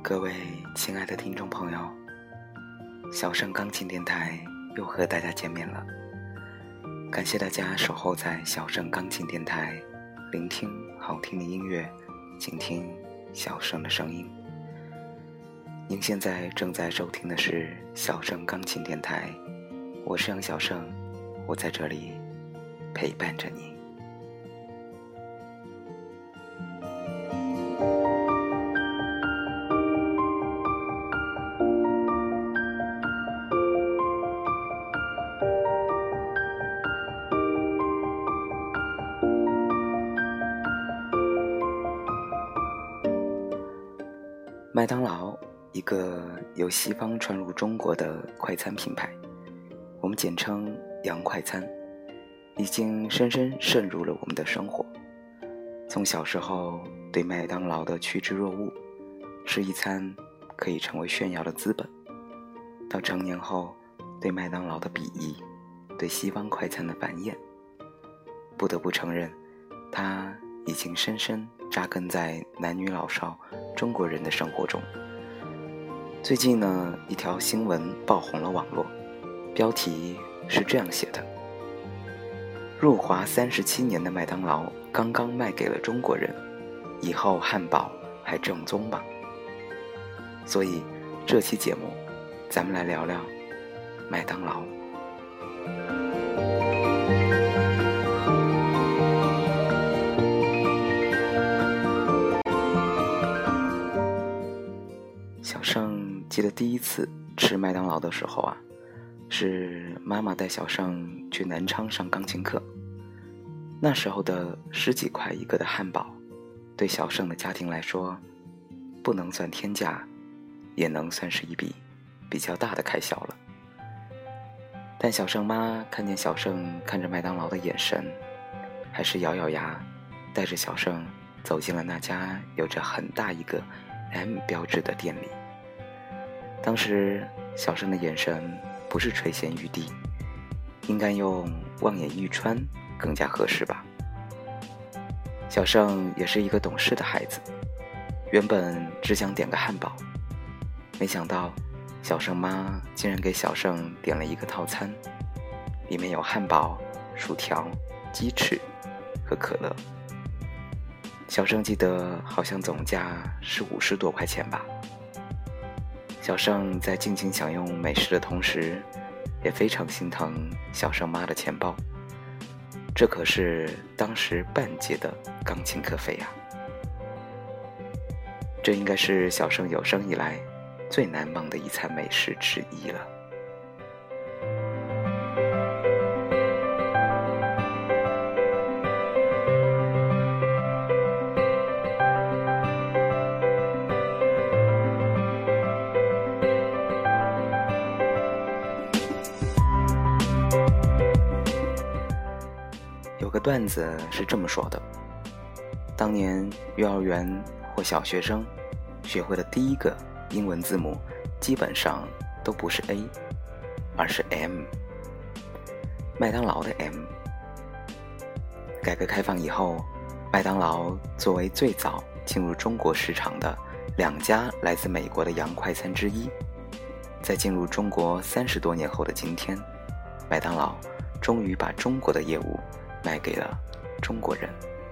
各位亲爱的听众朋友，小盛钢琴电台又和大家见面了。感谢大家守候在小盛钢琴电台，聆听好听的音乐，倾听小盛的声音。您现在正在收听的是小盛钢琴电台，我是杨小盛，我在这里陪伴着你。麦当劳，一个由西方传入中国的快餐品牌，我们简称洋快餐，已经深深渗入了我们的生活。从小时候对麦当劳的趋之若鹜，吃一餐可以成为炫耀的资本，到成年后对麦当劳的鄙夷，对西方快餐的繁衍，不得不承认，它已经深深扎根在男女老少中国人的生活中。最近呢，一条新闻爆红了网络，标题是这样写的：入华37年的麦当劳刚刚卖给了中国人，以后汉堡还正宗吗？所以这期节目咱们来聊聊麦当劳。小盛记得第一次吃麦当劳的时候啊，是妈妈带小盛去南昌上钢琴课。那时候的10几块一个的汉堡，对小盛的家庭来说，不能算天价，也能算是一笔比较大的开销了。但小盛妈看见小盛看着麦当劳的眼神，还是咬咬牙，带着小盛走进了那家有着很大一个 M 标志的店里。当时小盛的眼神不是垂涎欲滴，应该用望眼欲穿更加合适吧。小盛也是一个懂事的孩子，原本只想点个汉堡，没想到小盛妈竟然给小盛点了一个套餐，里面有汉堡、薯条、鸡翅和可乐。小盛记得好像总价是50多块钱吧。小盛在尽情享用美食的同时，也非常心疼小盛妈的钱包，这可是当时半节的钢琴课费啊。这应该是小盛有生以来最难忘的一餐美食之一了。有个段子是这么说的：当年幼儿园或小学生学会的第一个英文字母，基本上都不是 A， 而是 M， 麦当劳的 M。 改革开放以后，麦当劳作为最早进入中国市场的2家来自美国的洋快餐之一，在进入中国30多年后的今天，麦当劳终于把中国的业务卖给了中国人。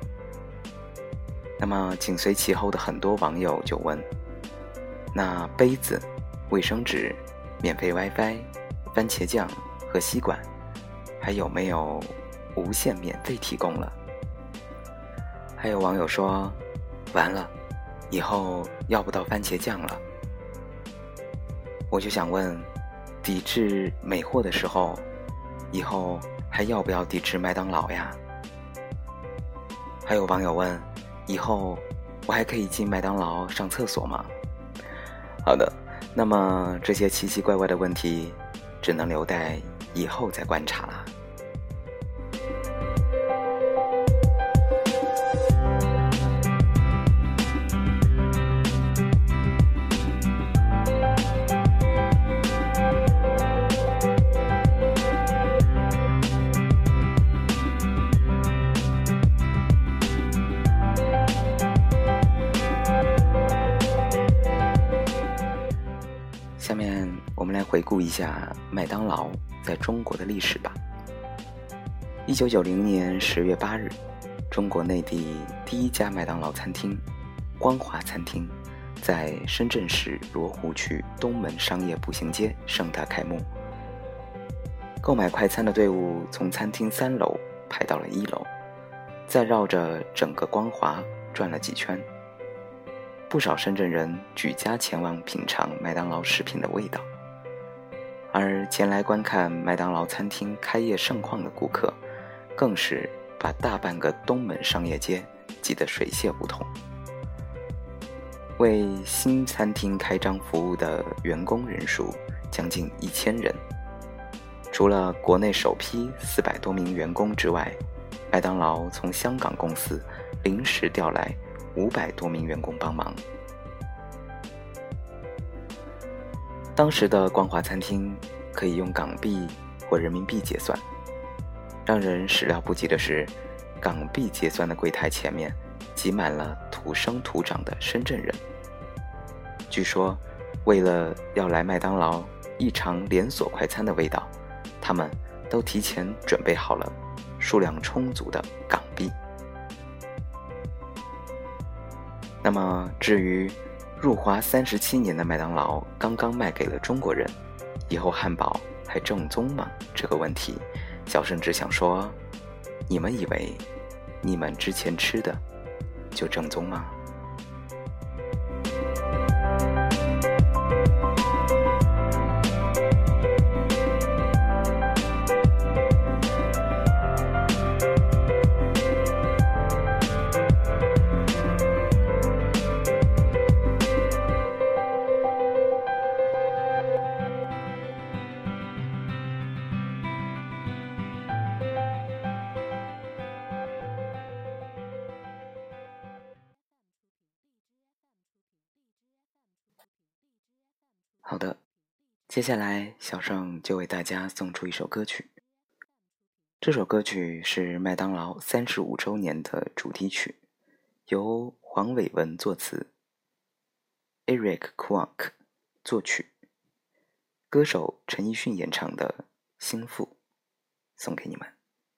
那么紧随其后的很多网友就问，那杯子、卫生纸、免费 WiFi、番茄酱和吸管还有没有无限免费提供了？还有网友说，完了，以后要不到番茄酱了。我就想问，抵制美货的时候，以后还要不要抵制麦当劳呀？还有网友问，以后我还可以进麦当劳上厕所吗？好的，那么这些奇奇怪怪的问题只能留待以后再观察啦。 们来回顾一下麦当劳在中国的历史吧。1990年10月8日，中国内地第一家麦当劳餐厅光华餐厅在深圳市罗湖区东门商业步行街盛大开幕。购买快餐的队伍从餐厅3楼排到了1楼，再绕着整个光华转了几圈。不少深圳人举家前往品尝麦当劳食品的味道，而前来观看麦当劳餐厅开业盛况的顾客更是把大半个东门商业街挤得水泄不通。为新餐厅开张服务的员工人数将近1000人，除了国内首批400多名员工之外，麦当劳从香港公司临时调来500多名员工帮忙。当时的光华餐厅可以用港币或人民币结算，让人始料不及的是，港币结算的柜台前面挤满了土生土长的深圳人。据说为了要来麦当劳一尝连锁快餐的味道，他们都提前准备好了数量充足的港币。那么至于入华37年的麦当劳刚刚卖给了中国人，以后汉堡还正宗吗？这个问题，小盛只想说，你们以为你们之前吃的就正宗吗？好的，接下来小盛就为大家送出一首歌曲。这首歌曲是麦当劳35周年的主题曲，由黄伟文作词， Eric Kwok 作曲，歌手陈奕迅演唱的《心腹》，送给你们。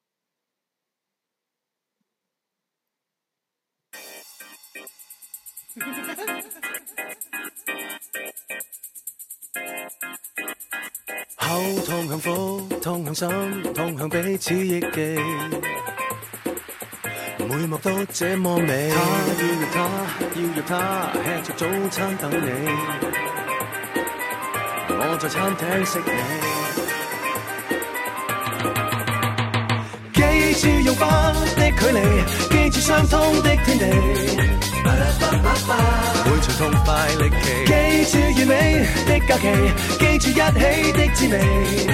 後同向腹，同向心，同向彼此憶記，每幕都這麼美。他要約他，要約他，吃着早餐等你。我在餐廳識你，記住用花的距離，記住相通的天地。每場痛快力奇，記住完美的假期，記住一起的滋味，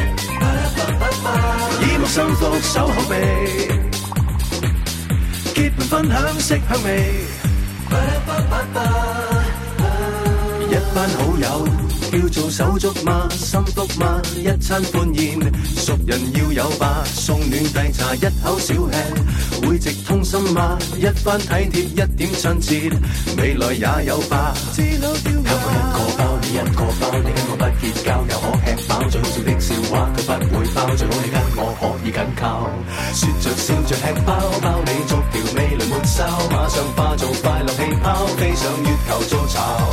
耳目心腹守口鼻，結伴分享色香味，一班好友叫做手足嗎？心腹嗎？一餐歡宴，熟人要有吧，送暖遞茶一口小吃，會直通心嗎？一番體貼一點親切，未來也有吧。給我一個包，你一個包，你跟我不結交，又可吃飽，最好笑的笑話佢不會包，最好你跟我可以緊靠，說着笑着吃飽，包你逐條味蕾抹梢，馬上化做快樂氣泡，飛上月球做巢。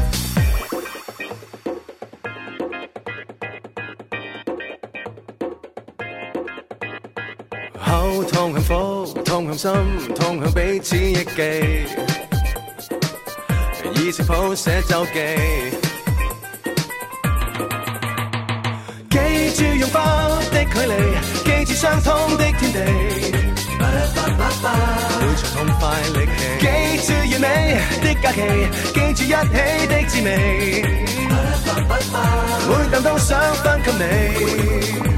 後同向腹，同向心，同向彼此憶記，以食譜寫週記，記住用花的距離，記住相通的天地，每場痛快力奇，記住完美的假期，記住一起的滋味，每啖都想分給你。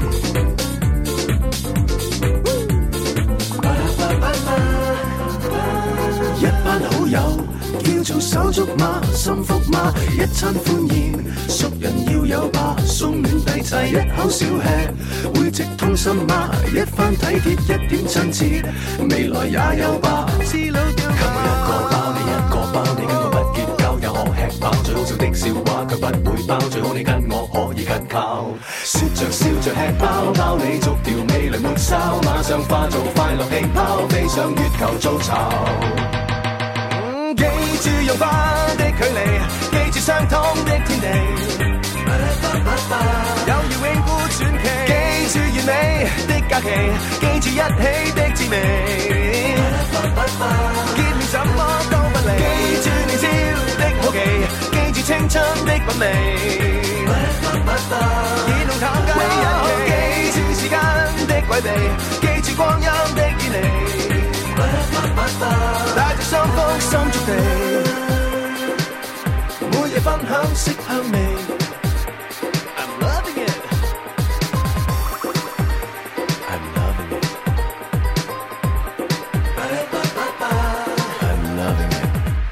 一班好友叫做手足嗎？心腹嗎？一餐歡宴，熟人要有吧，送暖遞茶一口小吃，會直通心嗎？一番體貼一點親切，未來也有吧。給我一個包，你一個包，你跟我不結交，又可吃飽，最好笑的笑話佢不會包，最好你跟我可以緊靠。說着笑着吃飽，包你逐條美麗悶騷，馬上化做快樂氣泡，飛上月球做巢。記住用花的距離，記住相通的天地，友誼永固傳奇。記住完美的假期，記住一起的滋味，見面怎麼都不離。記住年少的好奇，記住青春的品味，熱弄淡雞引起。記住時間的軌地，記住光陰的遠離，帶着心福心觸地，每日分享色香味。I'm loving it. I'm loving it. I'm loving it.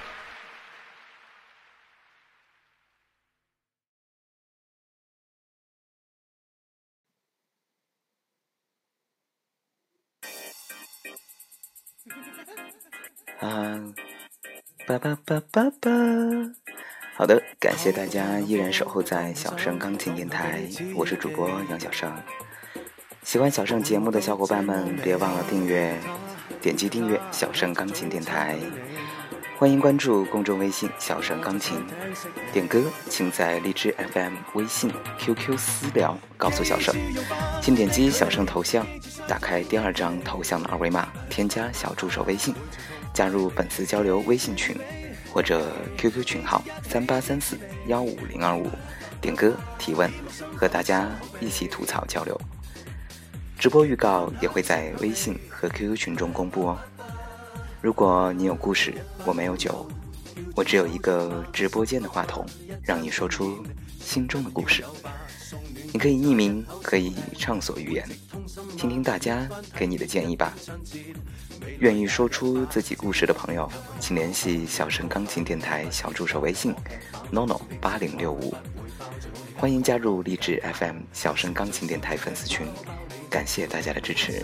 好的，感谢大家依然守候在小盛钢琴电台，我是主播杨小盛。喜欢小盛节目的小伙伴们，别忘了点击订阅小盛钢琴电台。欢迎关注公众微信小盛钢琴，点歌请在荔枝 FM 微信 QQ 私聊告诉小盛，请点击小盛头像，打开第2张头像的二维码，添加小助手微信，加入粉丝交流微信群或者 QQ 群号3834-15025，点歌提问，和大家一起吐槽交流。直播预告也会在微信和 QQ 群中公布哦。如果你有故事，我没有酒，我只有一个直播间的话筒，让你说出心中的故事。你可以匿名，可以畅所欲言，听听大家给你的建议吧。愿意说出自己故事的朋友，请联系小盛钢琴电台小助手微信 nono8065，欢迎加入励志 FM 小盛钢琴电台粉丝群，感谢大家的支持。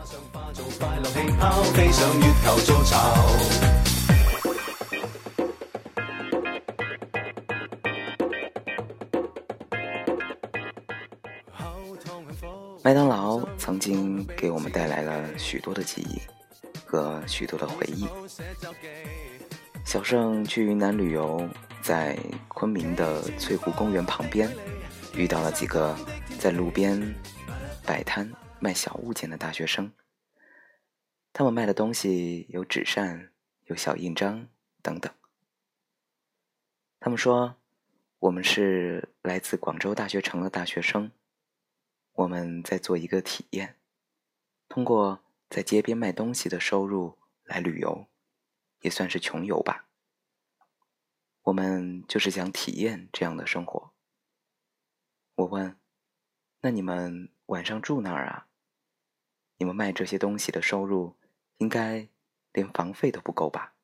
麦当劳曾经给我们带来了许多的记忆和许多的回忆。小盛去云南旅游，在昆明的翠湖公园旁边遇到了几个在路边摆摊卖小物件的大学生，他们卖的东西有纸扇，有小印章等等。他们说，我们是来自广州大学城的大学生，我们在做一个体验，通过在街边卖东西的收入来旅游，也算是穷游吧。我们就是想体验这样的生活。我问，那你们晚上住哪儿啊？你们卖这些东西的收入应该连房费都不够吧？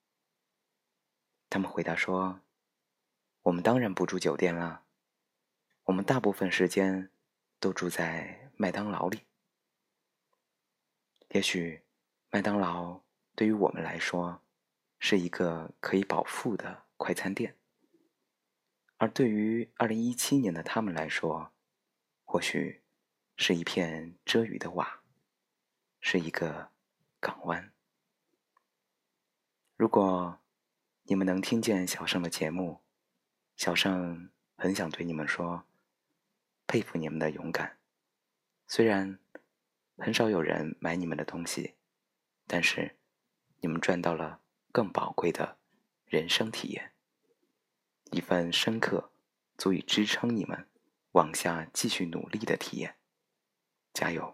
他们回答说，我们当然不住酒店了，我们大部分时间都住在麦当劳里。也许麦当劳对于我们来说是一个可以饱腹的快餐店，而对于2017年的他们来说，或许是一片遮雨的瓦，是一个港湾。如果你们能听见小盛的节目，小盛很想对你们说，佩服你们的勇敢。虽然很少有人买你们的东西，但是你们赚到了更宝贵的人生体验，一份深刻足以支撑你们往下继续努力的体验。加油！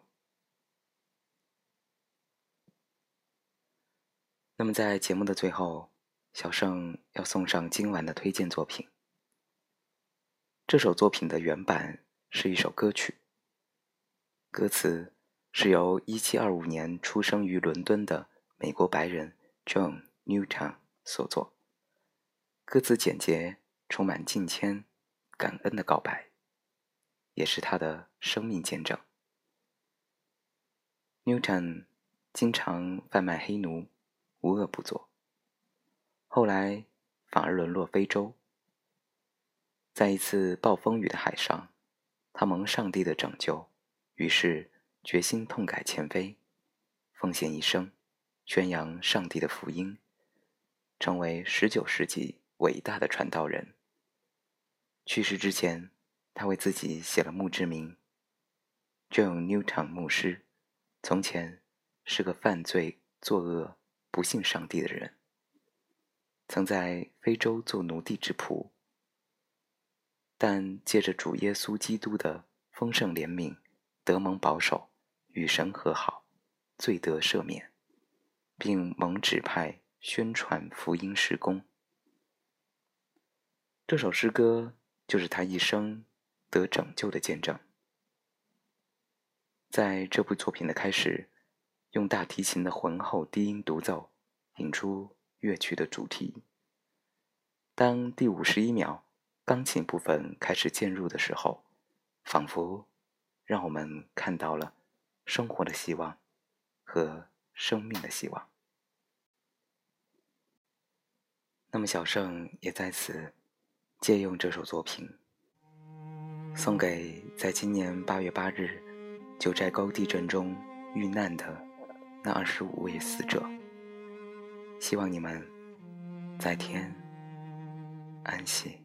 那么在节目的最后，小盛要送上今晚的推荐作品。这首作品的原版是一首歌曲，歌词是由1725年出生于伦敦的美国白人 John Newton 所作，歌词简洁，充满敬谦、感恩的告白，也是他的生命见证。Newton 经常贩卖黑奴，无恶不作，后来反而沦落非洲。在一次暴风雨的海上， 他蒙上帝的拯救，于是决心痛改前非，奉献一生，宣扬上帝的福音，成为19世纪伟大的传道人。去世之前，他为自己写了墓志铭。John Newton 牧师从前是个犯罪、作恶、不信上帝的人，曾在非洲做奴隶之仆，但借着主耶稣基督的丰盛怜悯，得蒙保守，与神和好，罪得赦免，并蒙指派宣传福音事工。这首诗歌就是他一生得拯救的见证。在这部作品的开始，用大提琴的浑厚低音独奏引出乐曲的主题。当第51秒钢琴部分开始渐入的时候，仿佛让我们看到了生活的希望和生命的希望。那么小盛也在此借用这首作品，送给在今年8月8日九寨沟地震中遇难的那25位死者，希望你们在天安息。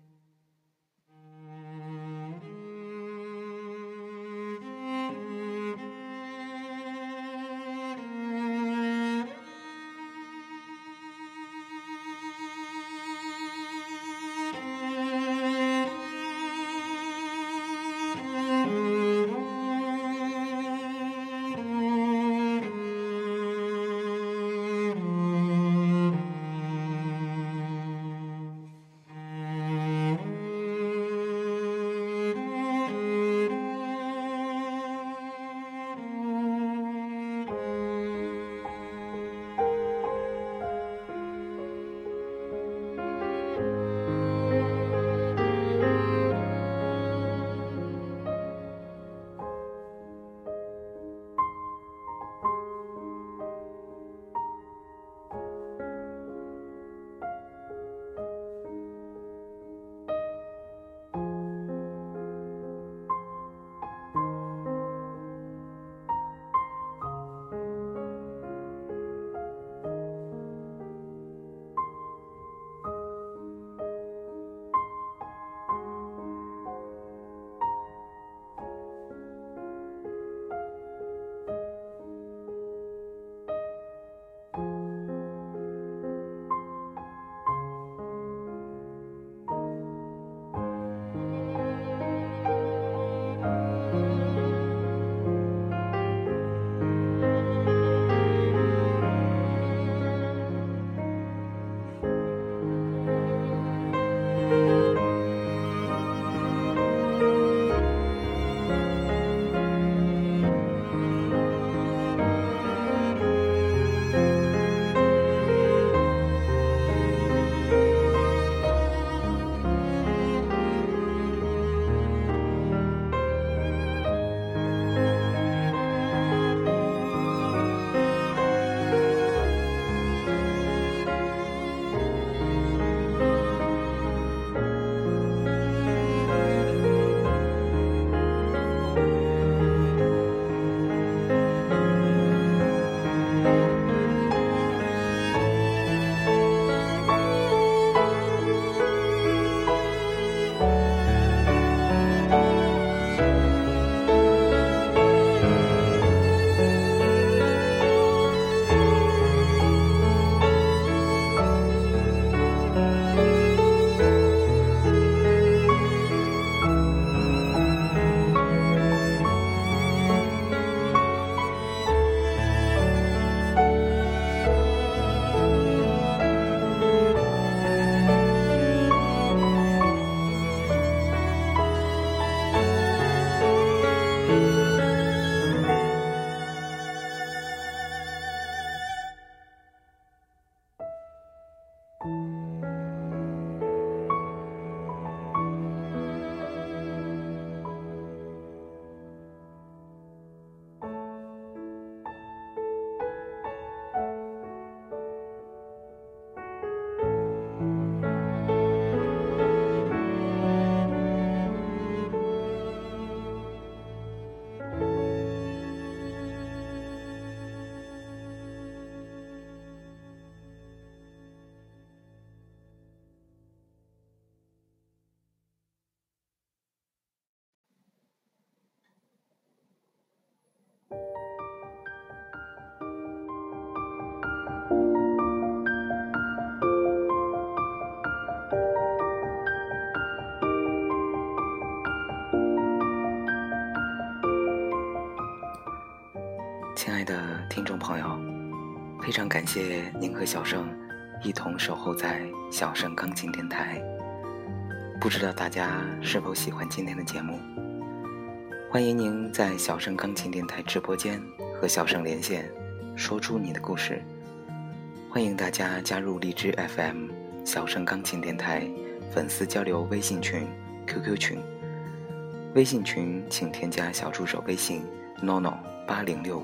的听众朋友，非常感谢您和小盛一同守候在小盛钢琴电台。不知道大家是否喜欢今天的节目？欢迎您在小盛钢琴电台直播间和小盛连线，说出你的故事。欢迎大家加入荔枝 FM 小盛钢琴电台粉丝交流微信群、QQ 群。微信群请添加小助手微信 NONO8065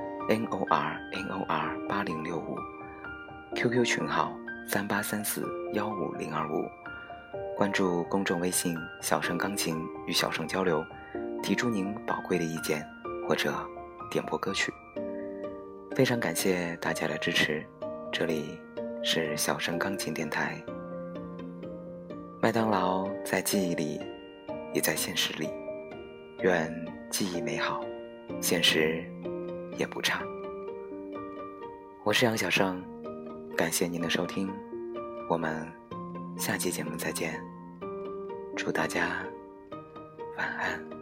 NOR8065， QQ 群号3834-15025。关注公众微信小盛钢琴与小盛交流，提出您宝贵的意见或者点播歌曲。非常感谢大家的支持，这里是小盛钢琴电台。麦当劳在记忆里，也在现实里，愿记忆美好，现实也不差。我是杨小盛，感谢您的收听，我们下期节目再见，祝大家晚安。